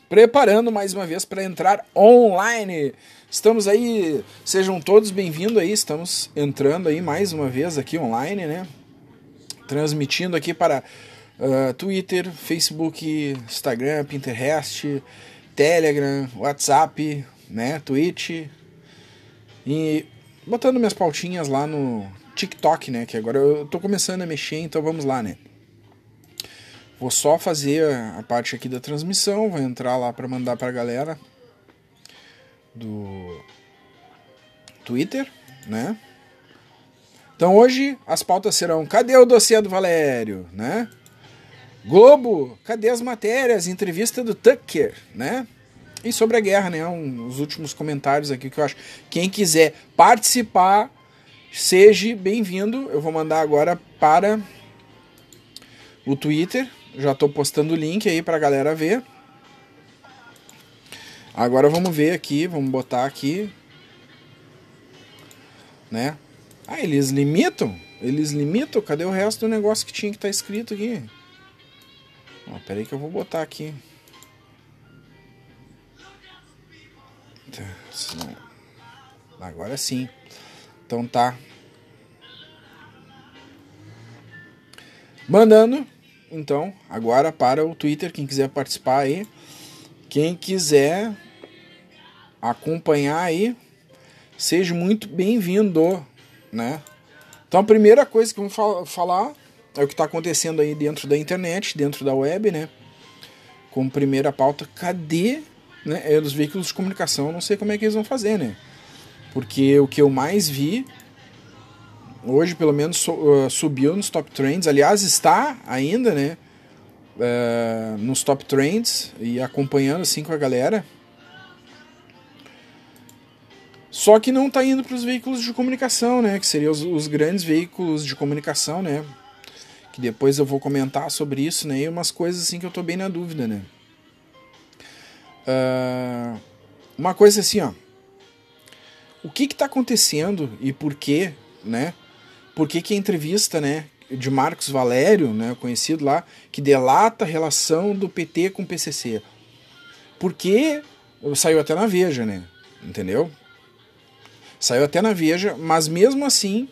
preparando mais uma vez para entrar online. Estamos aí, sejam todos bem-vindos aí, estamos entrando aí mais uma vez aqui online, né? Transmitindo aqui para Twitter, Facebook, Instagram, Pinterest, Telegram, WhatsApp, né? Twitch e botando minhas pautinhas lá no TikTok, né? Que agora eu tô começando a mexer, então vamos lá, né? Vou só fazer a parte aqui da transmissão, vou entrar lá para mandar para a galera do Twitter, né? Então hoje as pautas serão: cadê o dossiê do Valério, né? Globo, cadê as matérias? Entrevista do Tucker, né? E sobre a guerra, né? Os últimos comentários aqui que eu acho. Quem quiser participar, seja bem-vindo. Eu vou mandar agora para o Twitter. Já estou postando o link aí para a galera ver. Agora vamos ver aqui, vamos botar aqui, né? Ah, eles limitam? Eles limitam? Cadê o resto do negócio que tinha que estar escrito aqui? Ó, pera aí que eu vou botar aqui. Agora sim. Então tá. Mandando, então, agora para o Twitter, quem quiser participar aí. Quem quiser acompanhar aí, seja muito bem-vindo, né? Então a primeira coisa que vamos falar é o que está acontecendo aí dentro da internet, dentro da web, né? Como primeira pauta, cadê, né, os veículos de comunicação? Não sei como é que eles vão fazer, né? Porque o que eu mais vi hoje, pelo menos, subiu nos top trends. Aliás, está ainda, né? Nos top trends e acompanhando assim com a galera. Só que não está indo para os veículos de comunicação, né? Que seriam os grandes veículos de comunicação, né? Que depois eu vou comentar sobre isso, né? E umas coisas assim que eu tô bem na dúvida, né? Uma coisa assim, ó. O que está acontecendo e por quê, né? Por que a entrevista, né, de Marcos Valério, né, conhecido lá, que delata a relação do PT com o PCC? Porque saiu até na Veja, né? Entendeu? Saiu até na Veja, mas mesmo assim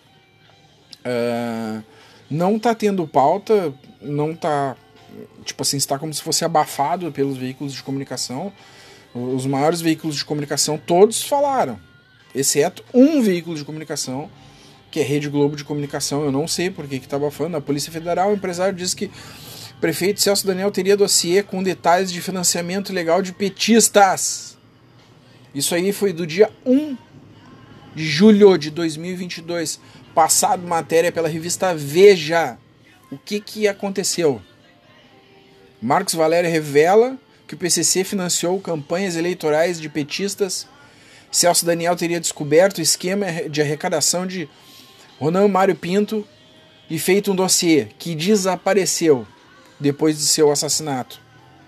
não tá tendo pauta, não tá, tipo assim, está como se fosse abafado pelos veículos de comunicação. Os maiores veículos de comunicação todos falaram, exceto um veículo de comunicação, que é Rede Globo de Comunicação. Eu não sei por que tá abafando. A Polícia Federal, o empresário diz que o prefeito Celso Daniel teria dossiê com detalhes de financiamento ilegal de petistas. Isso aí foi do dia 1 de julho de 2022, passado matéria pela revista Veja. O que aconteceu? Marcos Valério revela que o PCC financiou campanhas eleitorais de petistas. Celso Daniel teria descoberto o esquema de arrecadação de Ronan Mário Pinto e feito um dossiê que desapareceu depois de seu assassinato.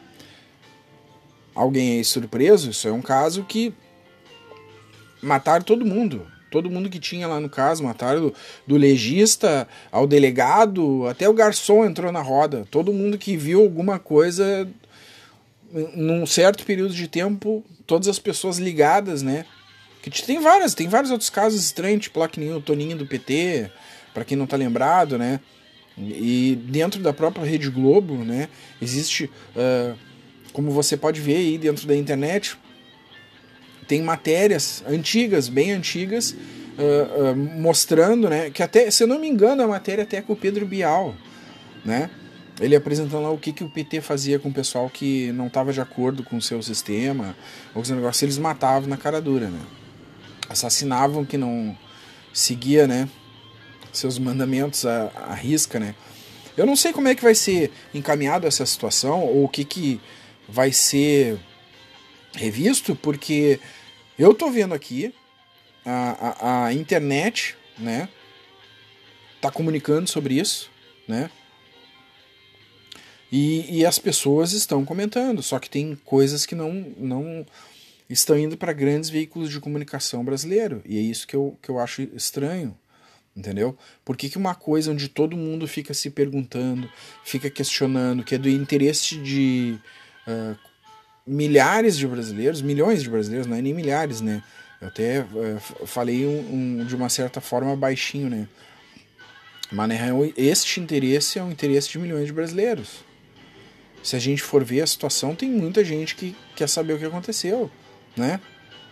Alguém aí surpreso? Isso é um caso que mataram todo mundo. Todo mundo que tinha lá no caso, mataram do legista ao delegado, até o garçom entrou na roda. Todo mundo que viu alguma coisa num certo período de tempo, todas as pessoas ligadas, né? Que tem vários outros casos estranhos, tipo lá que nem o Toninho do PT, para quem não tá lembrado, né? E dentro da própria Rede Globo, né? Existe, como você pode ver aí dentro da internet, tem matérias antigas, bem antigas, mostrando, né? Que até, se eu não me engano, a matéria até é com o Pedro Bial, né? Ele apresentando lá o que o PT fazia com o pessoal que não estava de acordo com o seu sistema, ou os negócios, eles matavam na cara dura, né? Assassinavam que não seguia, né, seus mandamentos à risca, né? Eu não sei como é que vai ser encaminhada essa situação, ou o que vai ser revisto, porque eu tô vendo aqui a internet, né, tá comunicando sobre isso, né? E as pessoas estão comentando, só que tem coisas que não estão indo para grandes veículos de comunicação brasileiro. E é isso que eu acho estranho, entendeu? Por que uma coisa onde todo mundo fica se perguntando, fica questionando, que é do interesse de milhares de brasileiros, milhões de brasileiros, não é nem milhares, né? Eu até falei de uma certa forma baixinho, né? Mas na real, este interesse é um interesse de milhões de brasileiros. Se a gente for ver a situação, tem muita gente que quer saber o que aconteceu, né?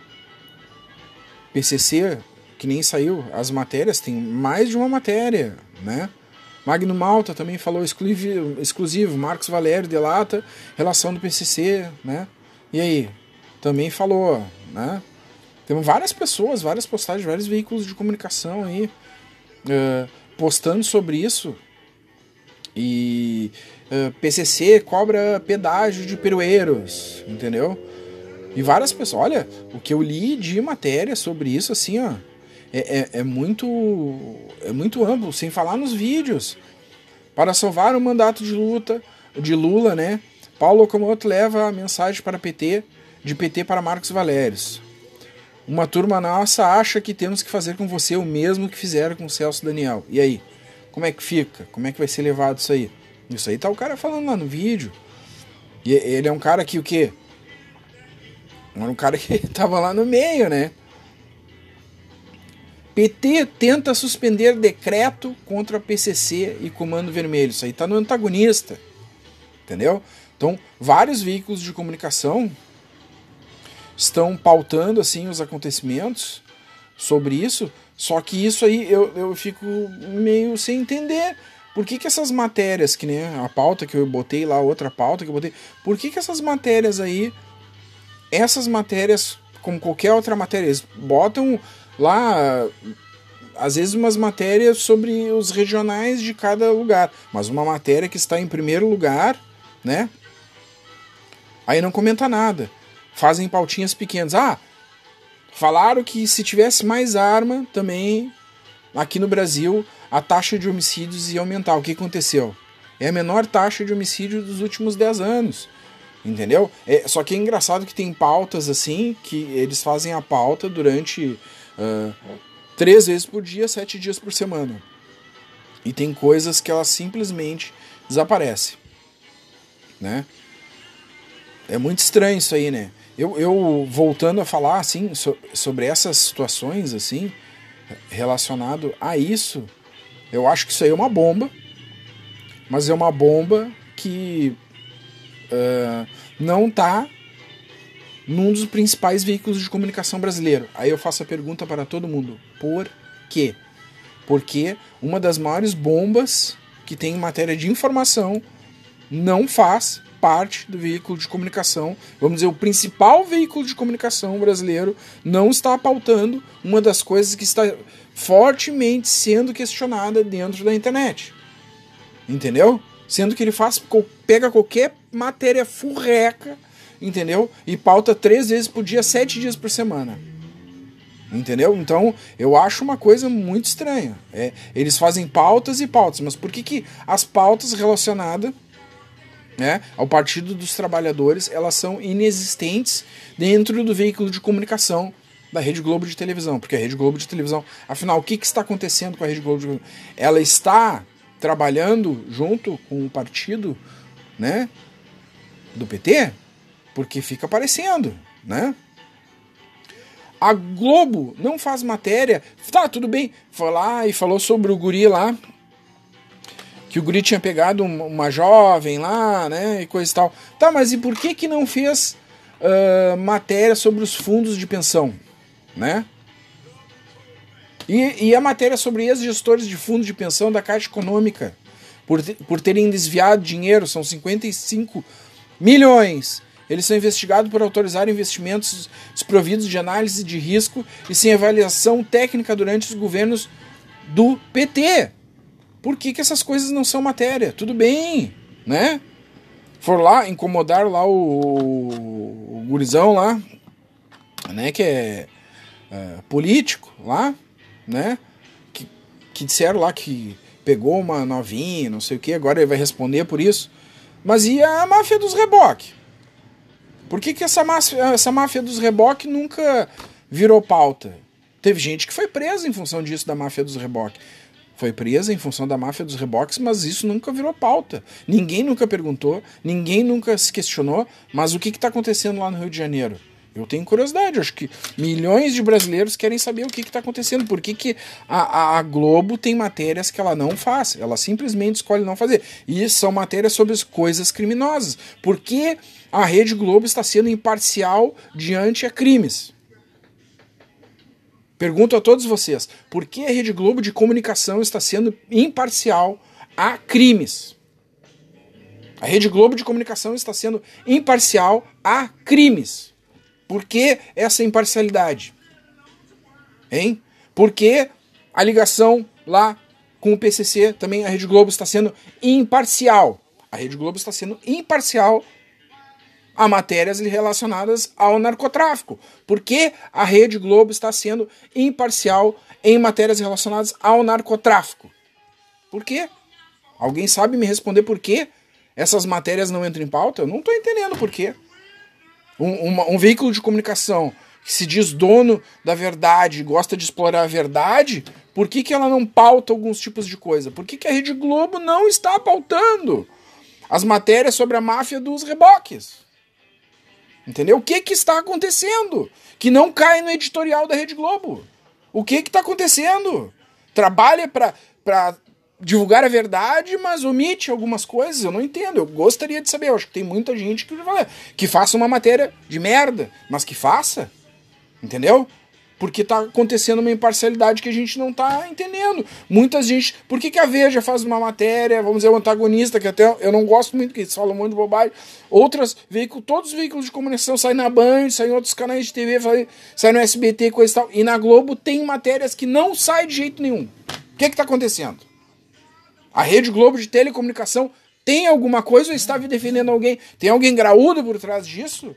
PCC, que nem saiu, as matérias, tem mais de uma matéria, né? Magno Malta também falou exclusivo, Marcos Valério delata relação do PCC, né? E aí? Também falou, né? Temos várias pessoas, várias postagens, vários veículos de comunicação aí postando sobre isso. E PCC cobra pedágio de peroeiros, entendeu? E várias pessoas, olha, o que eu li de matéria sobre isso, assim, ó, é muito amplo, sem falar nos vídeos. Para salvar o mandato de Lula, né? Paulo Okamoto leva a mensagem para PT, de PT para Marcos Valérios. Uma turma nossa acha que temos que fazer com você o mesmo que fizeram com o Celso Daniel. E aí? Como é que fica? Como é que vai ser levado isso aí? Isso aí tá o cara falando lá no vídeo. E ele é um cara que o quê? Era um cara que tava lá no meio, né? PT tenta suspender decreto contra PCC e Comando Vermelho. Isso aí tá no antagonista. Entendeu? Então, vários veículos de comunicação estão pautando assim os acontecimentos sobre isso. Só que isso aí eu fico meio sem entender. Por que essas matérias, que nem a pauta que eu botei lá, outra pauta que eu botei, por que essas matérias aí, essas matérias, como qualquer outra matéria, eles botam lá, às vezes, umas matérias sobre os regionais de cada lugar, mas uma matéria que está em primeiro lugar, né? Aí não comenta nada. Fazem pautinhas pequenas. Falaram que se tivesse mais arma, também, aqui no Brasil, a taxa de homicídios ia aumentar. O que aconteceu? É a menor taxa de homicídio dos últimos 10 anos. Entendeu? Só que é engraçado que tem pautas assim, que eles fazem a pauta durante 3 vezes por dia, 7 dias por semana. E tem coisas que elas simplesmente desaparecem. Né? É muito estranho isso aí, né? Eu voltando a falar assim sobre essas situações assim, relacionado a isso, eu acho que isso aí é uma bomba, mas é uma bomba que não está num dos principais veículos de comunicação brasileiro. Aí eu faço a pergunta para todo mundo: por quê? Porque uma das maiores bombas que tem em matéria de informação não faz parte do veículo de comunicação, vamos dizer, o principal veículo de comunicação brasileiro não está pautando uma das coisas que está fortemente sendo questionada dentro da internet. Entendeu? Sendo que ele pega qualquer matéria furreca, entendeu? E pauta 3 vezes por dia, 7 dias por semana. Entendeu? Então, eu acho uma coisa muito estranha. Eles fazem pautas e pautas, mas por que as pautas relacionadas, né, ao Partido dos Trabalhadores, elas são inexistentes dentro do veículo de comunicação da Rede Globo de televisão? Porque a Rede Globo de televisão, afinal, o que está acontecendo com a Rede Globo de televisão? Ela está trabalhando junto com o partido, né, do PT? Porque fica aparecendo, né? A Globo não faz matéria. Tá, tudo bem. Foi lá e falou sobre o guri lá, que o guri tinha pegado uma jovem lá, né, e coisa e tal. Tá, mas e por que não fez matéria sobre os fundos de pensão, né? E a matéria sobre ex-gestores de fundos de pensão da Caixa Econômica, por terem desviado dinheiro, são 55 milhões. Eles são investigados por autorizar investimentos desprovidos de análise de risco e sem avaliação técnica durante os governos do PT. Por que essas coisas não são matéria? Tudo bem, né? For lá, incomodar lá o gurizão lá, né, que é político lá, né, que disseram lá que pegou uma novinha, não sei o que, agora ele vai responder por isso. Mas e a máfia dos reboques? Por que essa máfia dos reboques nunca virou pauta? Teve gente que foi presa em função disso, da máfia dos reboques. foi presa em função da máfia dos reboques, mas isso nunca virou pauta. Ninguém nunca perguntou, ninguém nunca se questionou, mas o que está acontecendo lá no Rio de Janeiro? Eu tenho curiosidade, acho que milhões de brasileiros querem saber o que está acontecendo, por que a Globo tem matérias que ela não faz, ela simplesmente escolhe não fazer. E são matérias sobre coisas criminosas. Por que a Rede Globo está sendo imparcial diante a crimes? Pergunto a todos vocês, por que a Rede Globo de comunicação está sendo imparcial a crimes? A Rede Globo de comunicação está sendo imparcial a crimes. Por que essa imparcialidade? Hein? Por que a ligação lá com o PCC, também a Rede Globo está sendo imparcial? A Rede Globo está sendo imparcial a matérias relacionadas ao narcotráfico. Por que a Rede Globo está sendo imparcial em matérias relacionadas ao narcotráfico? Por quê? Alguém sabe me responder por que essas matérias não entram em pauta? Eu não estou entendendo por quê. Um veículo de comunicação que se diz dono da verdade, gosta de explorar a verdade, por que ela não pauta alguns tipos de coisa? Por que a Rede Globo não está pautando as matérias sobre a máfia dos reboques? Entendeu? O que está acontecendo que não cai no editorial da Rede Globo? O que está acontecendo? Trabalha para divulgar a verdade, mas omite algumas coisas. Eu não entendo. Eu gostaria de saber. Eu acho que tem muita gente que faça uma matéria de merda, mas que faça. Entendeu? Porque tá acontecendo uma imparcialidade que a gente não tá entendendo. Muita gente... Por que a Veja faz uma matéria, vamos dizer, o antagonista, que até eu não gosto muito, que eles falam muito de bobagem. Todos os veículos de comunicação saem na Band, saem em outros canais de TV, saem no SBT, coisa e tal. E na Globo tem matérias que não saem de jeito nenhum. O que tá acontecendo? A Rede Globo de telecomunicação tem alguma coisa ou está defendendo alguém? Tem alguém graúdo por trás disso?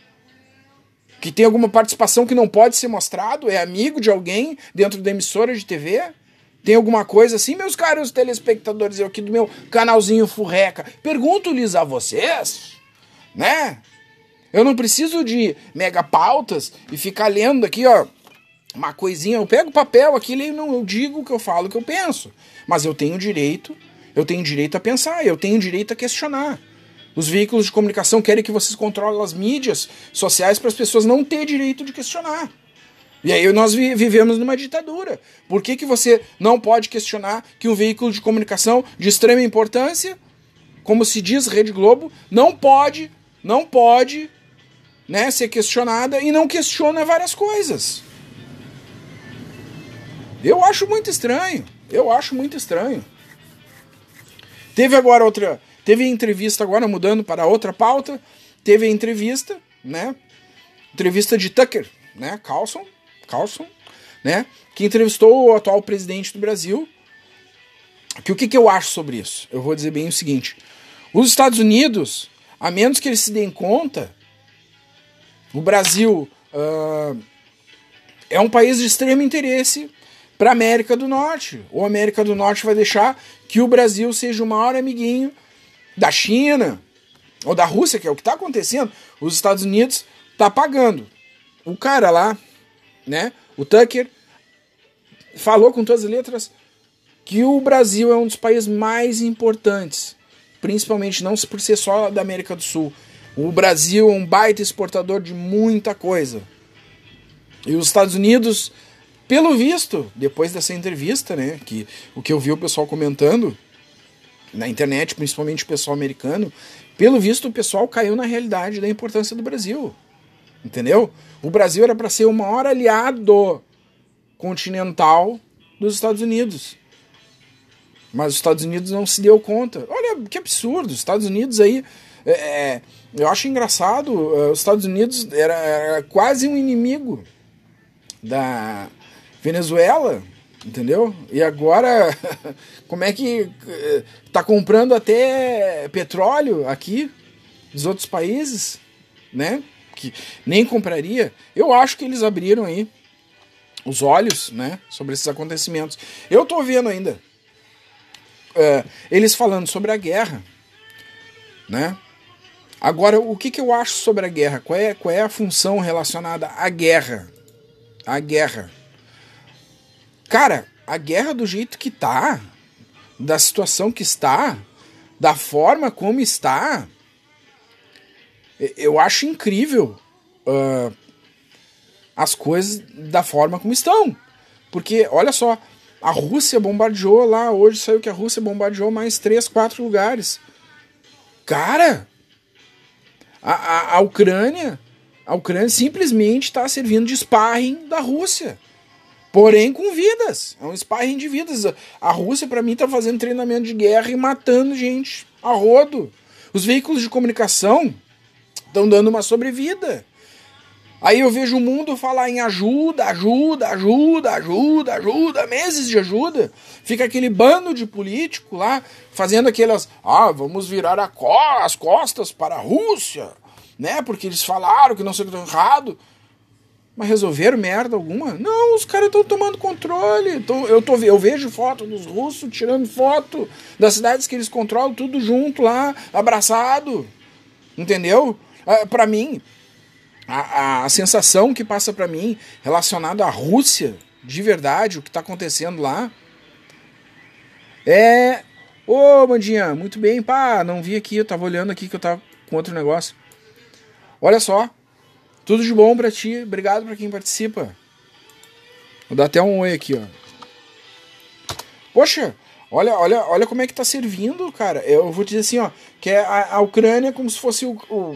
Que tem alguma participação que não pode ser mostrado? É amigo de alguém dentro da emissora de TV? Tem alguma coisa assim, meus caros telespectadores, eu aqui do meu canalzinho Furreca? Pergunto-lhes a vocês, né? Eu não preciso de mega pautas e ficar lendo aqui, ó, uma coisinha. Eu pego o papel aqui e não eu digo o que eu falo, o que eu penso. Mas eu tenho direito a pensar, eu tenho direito a questionar. Os veículos de comunicação querem que vocês controlem as mídias sociais para as pessoas não terem direito de questionar. E aí nós vivemos numa ditadura. Por que você não pode questionar que um veículo de comunicação de extrema importância, como se diz Rede Globo, não pode, né, ser questionada e não questiona várias coisas? Eu acho muito estranho. Teve entrevista agora, mudando para outra pauta, teve a entrevista, né? Entrevista de Tucker, né? Carlson, né? Que entrevistou o atual presidente do Brasil. O que eu acho sobre isso? Eu vou dizer bem o seguinte. Os Estados Unidos, a menos que eles se deem conta, o Brasil é um país de extremo interesse para a América do Norte. Ou a América do Norte vai deixar que o Brasil seja o maior amiguinho da China ou da Rússia, que é o que está acontecendo. Os Estados Unidos tá pagando. O cara lá, né, o Tucker, falou com todas as letras que o Brasil é um dos países mais importantes, principalmente não por ser só da América do Sul. O Brasil é um baita exportador de muita coisa. E os Estados Unidos, pelo visto, depois dessa entrevista, né, o que eu vi o pessoal comentando na internet, principalmente o pessoal americano, pelo visto o pessoal caiu na realidade da importância do Brasil. Entendeu? O Brasil era para ser o maior aliado continental dos Estados Unidos. Mas os Estados Unidos não se deu conta. Olha que absurdo, os Estados Unidos aí... eu acho engraçado, os Estados Unidos era quase um inimigo da Venezuela, entendeu? E agora, como é que tá comprando até petróleo aqui dos outros países, né? Que nem compraria. Eu acho que eles abriram aí os olhos, né, sobre esses acontecimentos. Eu tô vendo ainda eles falando sobre a guerra, né? Agora, o que eu acho sobre a guerra? Qual é a função relacionada à guerra? A guerra. Cara, a guerra do jeito que tá, da situação que está, da forma como está, eu acho incrível as coisas da forma como estão. Porque, olha só, a Rússia bombardeou lá, hoje saiu que a Rússia bombardeou mais 3, 4 lugares. Cara, a Ucrânia simplesmente está servindo de sparring da Rússia. Porém com vidas. É um sparring de vidas. A Rússia, pra mim, tá fazendo treinamento de guerra e matando gente a rodo. Os veículos de comunicação estão dando uma sobrevida. Aí eu vejo o mundo falar em ajuda, meses de ajuda. Fica aquele bando de político lá, fazendo aquelas... vamos virar as costas para a Rússia, né? Porque eles falaram que não sei o que está errado. Mas resolveram merda alguma? Não, os caras estão tomando controle. Eu vejo foto dos russos tirando foto das cidades que eles controlam, tudo junto lá, abraçado. Entendeu? Pra mim, a sensação que passa pra mim relacionada à Rússia, de verdade, o que tá acontecendo lá, é... Ô, Mandinha, muito bem, pá, não vi aqui, eu tava olhando aqui que eu tava com outro negócio. Olha só. Tudo de bom pra ti, obrigado pra quem participa. Vou dar até um oi aqui, ó. Poxa, olha como é que tá servindo, cara. Eu vou te dizer assim, ó, que é a Ucrânia como se fosse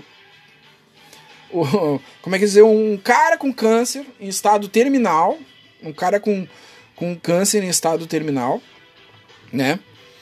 como é que dizer, um cara com câncer em estado terminal, um cara com câncer em estado terminal, né?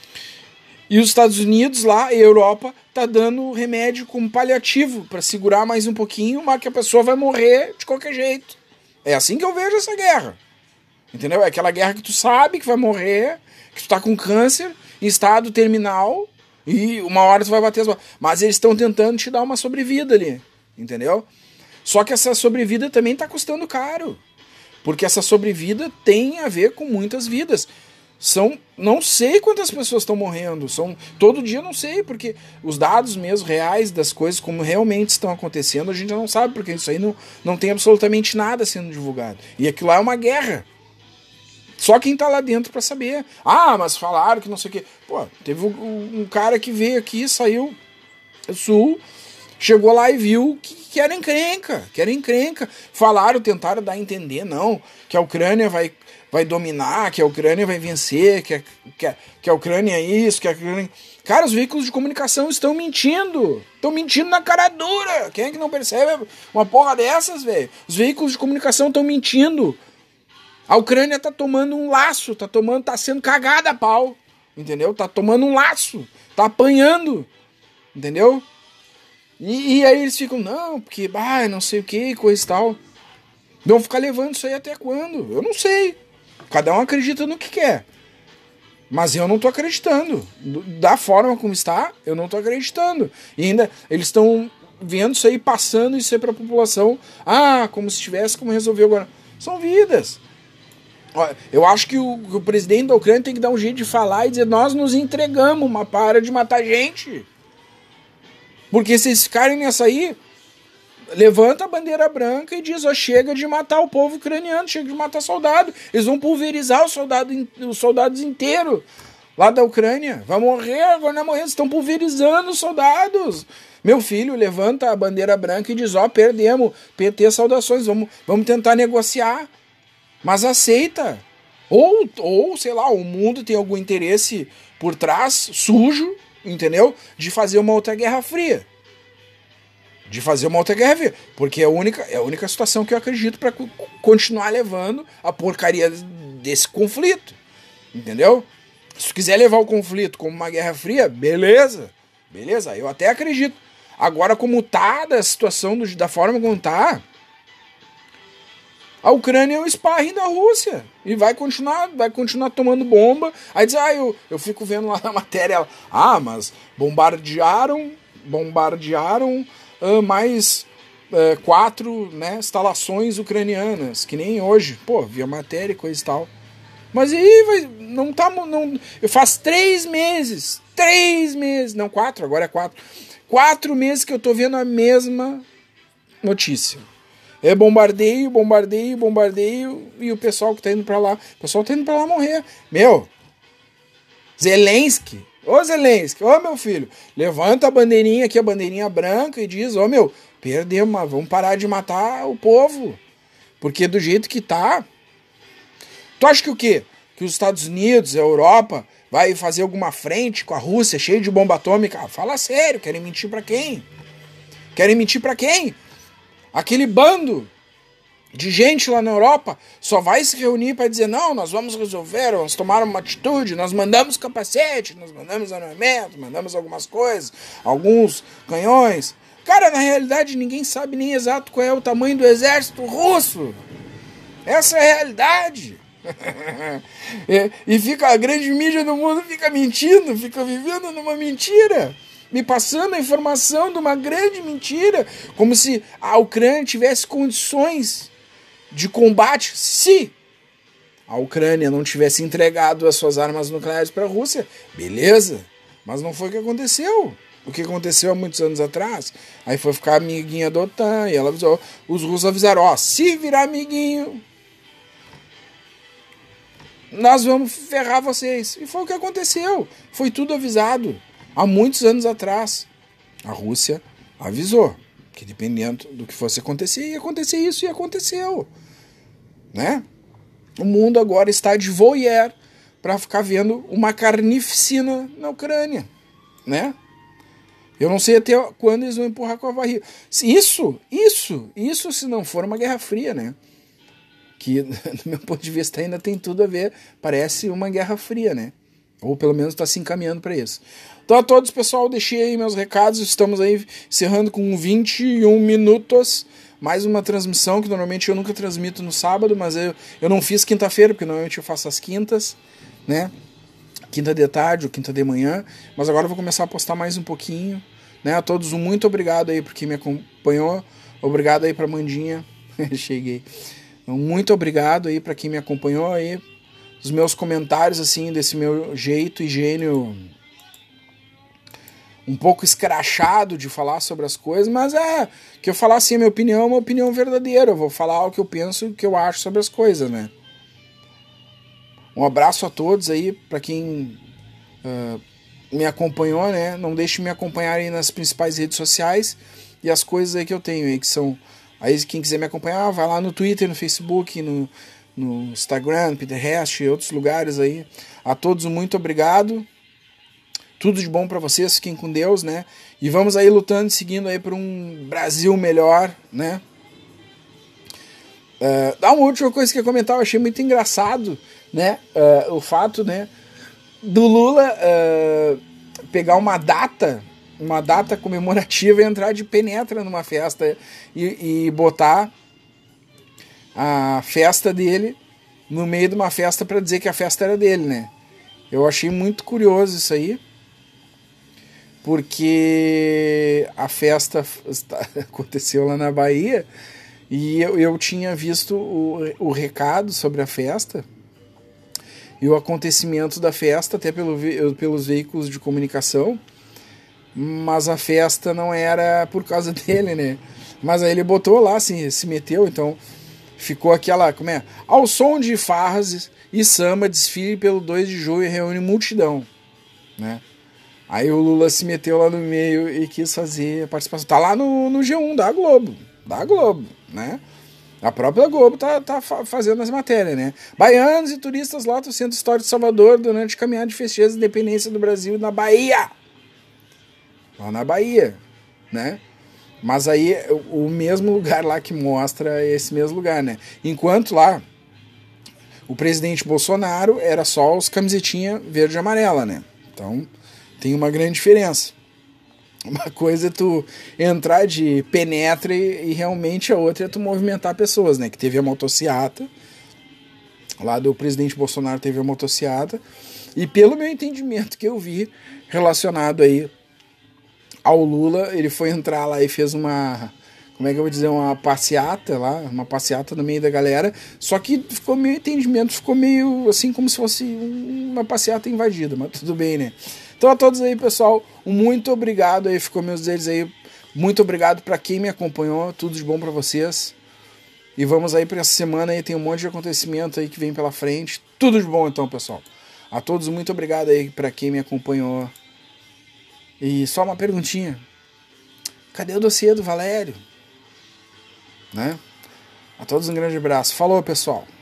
E os Estados Unidos lá, e a Europa, tá dando remédio como paliativo para segurar mais um pouquinho, mas que a pessoa vai morrer de qualquer jeito. É assim que eu vejo essa guerra. Entendeu? É aquela guerra que tu sabe que vai morrer, que tu tá com câncer, em estado terminal, e uma hora tu vai bater as bolas. Mas eles estão tentando te dar uma sobrevida ali. Entendeu? Só que essa sobrevida também tá custando caro. Porque essa sobrevida tem a ver com muitas vidas. Não sei quantas pessoas estão morrendo, todo dia não sei, porque os dados mesmo reais das coisas como realmente estão acontecendo, a gente não sabe, porque isso aí não tem absolutamente nada sendo divulgado. E aquilo lá é uma guerra. Só quem tá lá dentro pra saber. Mas falaram que não sei o quê. Pô, teve um cara que veio aqui, saiu do sul, chegou lá e viu que era encrenca. Falaram, tentaram dar a entender, não, que a Ucrânia vai dominar, que a Ucrânia vai vencer, que a Ucrânia é isso, que a Ucrânia... Cara, os veículos de comunicação estão mentindo. Estão mentindo na cara dura. Quem é que não percebe uma porra dessas, velho? Os veículos de comunicação estão mentindo. A Ucrânia tá tomando um laço, tá sendo cagada a pau. Entendeu? Tá tomando um laço. Tá apanhando. Entendeu? E aí eles ficam, não, porque, não sei o que, coisa e tal. Vão ficar levando isso aí até quando? Eu não sei. Cada um acredita no que quer. Mas eu não tô acreditando. Da forma como está, eu não tô acreditando. E ainda eles estão vendo isso aí, passando isso aí pra população. Como se tivesse como resolver agora. São vidas. Eu acho que o presidente da Ucrânia tem que dar um jeito de falar e dizer, nós nos entregamos, mas para de matar gente. Porque se eles ficarem nessa aí, levanta a bandeira branca e diz, chega de matar o povo ucraniano, chega de matar soldado. Eles vão pulverizar os soldados inteiros lá da Ucrânia. Vai morrer, agora não morrer, eles estão pulverizando os soldados. Meu filho, levanta a bandeira branca e diz, perdemos, PT, saudações, vamos tentar negociar. Mas aceita. Ou, sei lá, o mundo tem algum interesse por trás, sujo, entendeu? De fazer uma outra guerra fria. Porque é a única situação que eu acredito para continuar levando a porcaria desse conflito. Entendeu? Se tu quiser levar o conflito como uma guerra fria, beleza, eu até acredito. Agora, como tá da situação, da forma como tá, a Ucrânia é um sparring da Rússia. E vai continuar tomando bomba. Aí diz, eu fico vendo lá na matéria, mas bombardearam mais 4 instalações ucranianas, que nem hoje. Pô, vi a matéria e coisa e tal. Mas aí não tá. Não, faz 3 meses. 3 meses. Não, 4, agora é 4. 4 meses que eu tô vendo a mesma notícia. É bombardeio, bombardeio, bombardeio, e o pessoal que tá indo pra lá, o pessoal tá indo pra lá morrer. Meu, Zelensky, ô Zelensky, ô meu filho, levanta a bandeirinha aqui, a bandeirinha branca, e diz, ô meu, perdemos, mas vamos parar de matar o povo. Porque do jeito que tá... Tu acha que o quê? Que os Estados Unidos, a Europa, vai fazer alguma frente com a Rússia, cheio de bomba atômica? Ah, fala sério, querem mentir pra quem? Querem mentir pra quem? Aquele bando de gente lá na Europa só vai se reunir para dizer, não, nós vamos resolver, nós tomamos uma atitude, nós mandamos capacete, nós mandamos armamento, mandamos algumas coisas, alguns canhões. Cara, na realidade ninguém sabe nem exato qual é o tamanho do exército russo. Essa é a realidade. E fica a grande mídia do mundo fica mentindo, fica vivendo numa mentira, me passando a informação de uma grande mentira, como se a Ucrânia tivesse condições de combate se a Ucrânia não tivesse entregado as suas armas nucleares para a Rússia. Beleza, mas não foi o que aconteceu. O que aconteceu há muitos anos atrás. Aí foi ficar amiguinha da OTAN, e ela avisou, os russos avisaram, ó, se virar amiguinho, nós vamos ferrar vocês. E foi o que aconteceu. Foi tudo avisado. Há muitos anos atrás. A Rússia avisou que dependendo do que fosse acontecer, ia acontecer isso, e aconteceu. Né? O mundo agora está de voyeur para ficar vendo uma carnificina na Ucrânia. Né? Eu não sei até quando eles vão empurrar com a barriga. Isso se não for uma guerra fria, né? Que, do meu ponto de vista, ainda tem tudo a ver, parece uma guerra fria, né? Ou pelo menos está se encaminhando para isso. Então a todos, pessoal, deixei aí meus recados, estamos aí encerrando com 21 minutos, mais uma transmissão, que normalmente eu nunca transmito no sábado, mas eu não fiz quinta-feira, porque normalmente eu faço as quintas, né? Quinta de tarde ou quinta de manhã, mas agora eu vou começar a postar mais um pouquinho, né? A todos, muito obrigado aí por quem me acompanhou, obrigado aí pra Mandinha, cheguei. Muito obrigado aí para quem me acompanhou aí, os meus comentários assim, desse meu jeito e gênio um pouco escrachado de falar sobre as coisas, mas que eu falar assim, a minha opinião é uma opinião verdadeira, eu vou falar o que eu penso, o que eu acho sobre as coisas, né? Um abraço a todos aí, para quem me acompanhou, né? Não deixe de me acompanhar aí nas principais redes sociais e as coisas aí que eu tenho aí, que são... Aí quem quiser me acompanhar, vai lá no Twitter, no Facebook, no Instagram, Pinterest e outros lugares aí. A todos muito obrigado. Tudo de bom para vocês, fiquem com Deus, né? E vamos aí lutando, seguindo aí por um Brasil melhor, né? Uma última coisa que eu comentar, eu achei muito engraçado, né? O fato, né, do Lula pegar uma data comemorativa e entrar de penetra numa festa e botar a festa dele no meio de uma festa para dizer que a festa era dele, né? Eu achei muito curioso isso aí, porque a festa aconteceu lá na Bahia e eu tinha visto o recado sobre a festa e o acontecimento da festa até pelos veículos de comunicação, mas a festa não era por causa dele, né? Mas aí ele botou lá, assim, se meteu, então ficou aquela, como é? Ao som de farras e samba, desfile pelo 2 de julho e reúne multidão, né? Aí o Lula se meteu lá no meio e quis fazer a participação. Tá lá no G1 da Globo, né? A própria Globo tá fazendo as matérias, né? Baianos e turistas lotam o Centro Histórico de Salvador durante caminhada de festejo da independência do Brasil na Bahia. Lá na Bahia, né? Mas aí o mesmo lugar lá que mostra esse mesmo lugar, né? Enquanto lá o presidente Bolsonaro era só os camisetinha verde e amarela, né? Então tem uma grande diferença. Uma coisa é tu entrar de penetra e realmente a outra é tu movimentar pessoas, né? Que teve a motociata, lá do presidente Bolsonaro teve a motociata, e pelo meu entendimento que eu vi relacionado aí ao Lula, ele foi entrar lá e fez uma, como é que eu vou dizer, uma passeata lá, uma passeata no meio da galera, só que ficou meu entendimento, ficou meio assim como se fosse uma passeata invadida, mas tudo bem, né? Então a todos aí, pessoal, muito obrigado aí, ficou meus deles aí, muito obrigado para quem me acompanhou, tudo de bom para vocês, E vamos aí para essa semana aí, tem um monte de acontecimento aí que vem pela frente. Tudo de bom então, pessoal. A todos, muito obrigado aí para quem me acompanhou. E só uma perguntinha. Cadê o dossiê do Valério? Né? A todos um grande abraço. Falou, pessoal.